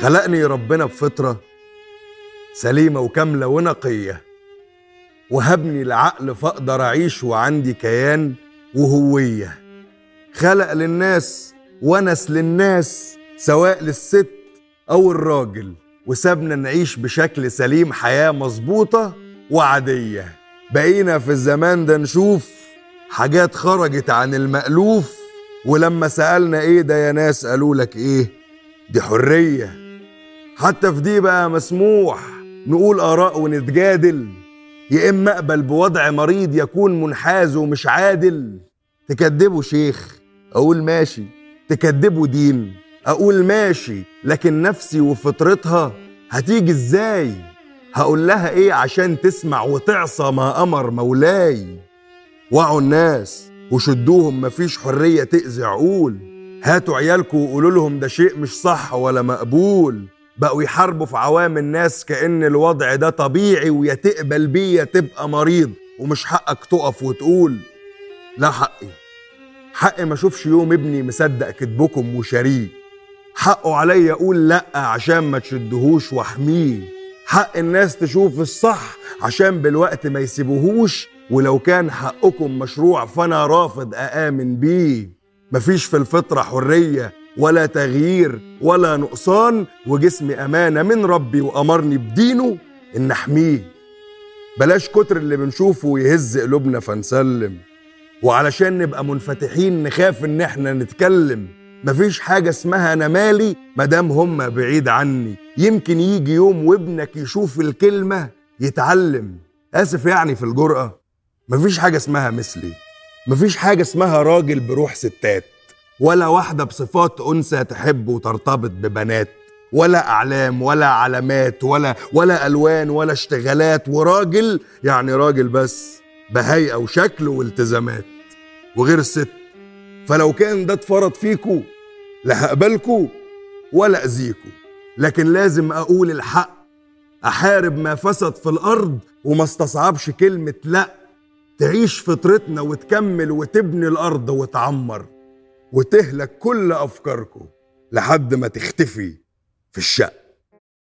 خلقني ربنا بفطرة سليمة وكاملة ونقية، وهبني العقل فاقدر أعيش وعندي كيان وهوية. خلق للناس ونس للناس سواء للست أو الراجل، وسابنا نعيش بشكل سليم حياة مظبوطة وعادية. بقينا في الزمان ده نشوف حاجات خرجت عن المألوف، ولما سألنا ايه ده يا ناس قالوا لك ايه؟ دي حرية. حتى في دي بقى مسموح نقول آراء ونتجادل، يا إما أقبل بوضع مريض يكون منحاز ومش عادل. تكدبوا شيخ أقول ماشي، تكدبوا دين أقول ماشي، لكن نفسي وفطرتها هتيجي إزاي؟ هقول لها إيه عشان تسمع وتعصى ما أمر مولاي؟ وعوا الناس وشدوهم، مفيش حرية تأذي عقول. هاتوا عيالكم وقولوا لهم ده شيء مش صح ولا مقبول. بقوا يحاربوا في عوام الناس كأن الوضع ده طبيعي، ويا تقبل بيه يا تبقى مريض، ومش حقك تقف وتقول لا. حقي ما اشوفش يوم ابني مصدق كذبكم وشريه. حقه عليا اقول لا عشان ما تشدهوش واحميه. حق الناس تشوف الصح عشان بالوقت ما يسيبوهوش، ولو كان حقكم مشروع فانا رافض اآمن بيه. مفيش في الفطرة حرية ولا تغيير ولا نقصان، وجسمي أمانة من ربي وأمرني بدينه إن أحميه. بلاش كتر اللي بنشوفه ويهز قلوبنا فنسلم، وعلشان نبقى منفتحين نخاف إن احنا نتكلم. مفيش حاجة اسمها أنا مالي مدام هم بعيد عني. يمكن يجي يوم وابنك يشوف الكلمة يتعلم. آسف يعني في الجرأة. مفيش حاجة اسمها مثلي، مفيش حاجة اسمها راجل بروح ستات، ولا واحدة بصفات أنثى تحب وترتبط ببنات، ولا أعلام ولا علامات ولا ألوان ولا اشتغالات. وراجل يعني راجل بس بهيئة وشكل والتزامات، وغير الست. فلو كان ده اتفرض فيكو لا هقبلكو ولا أذيكو، لكن لازم أقول الحق. أحارب ما فسد في الأرض وما استصعبش كلمة لأ. تعيش فطرتنا وتكمل وتبني الأرض وتعمر، وتهلك كل أفكاركم لحد ما تختفي في الشق.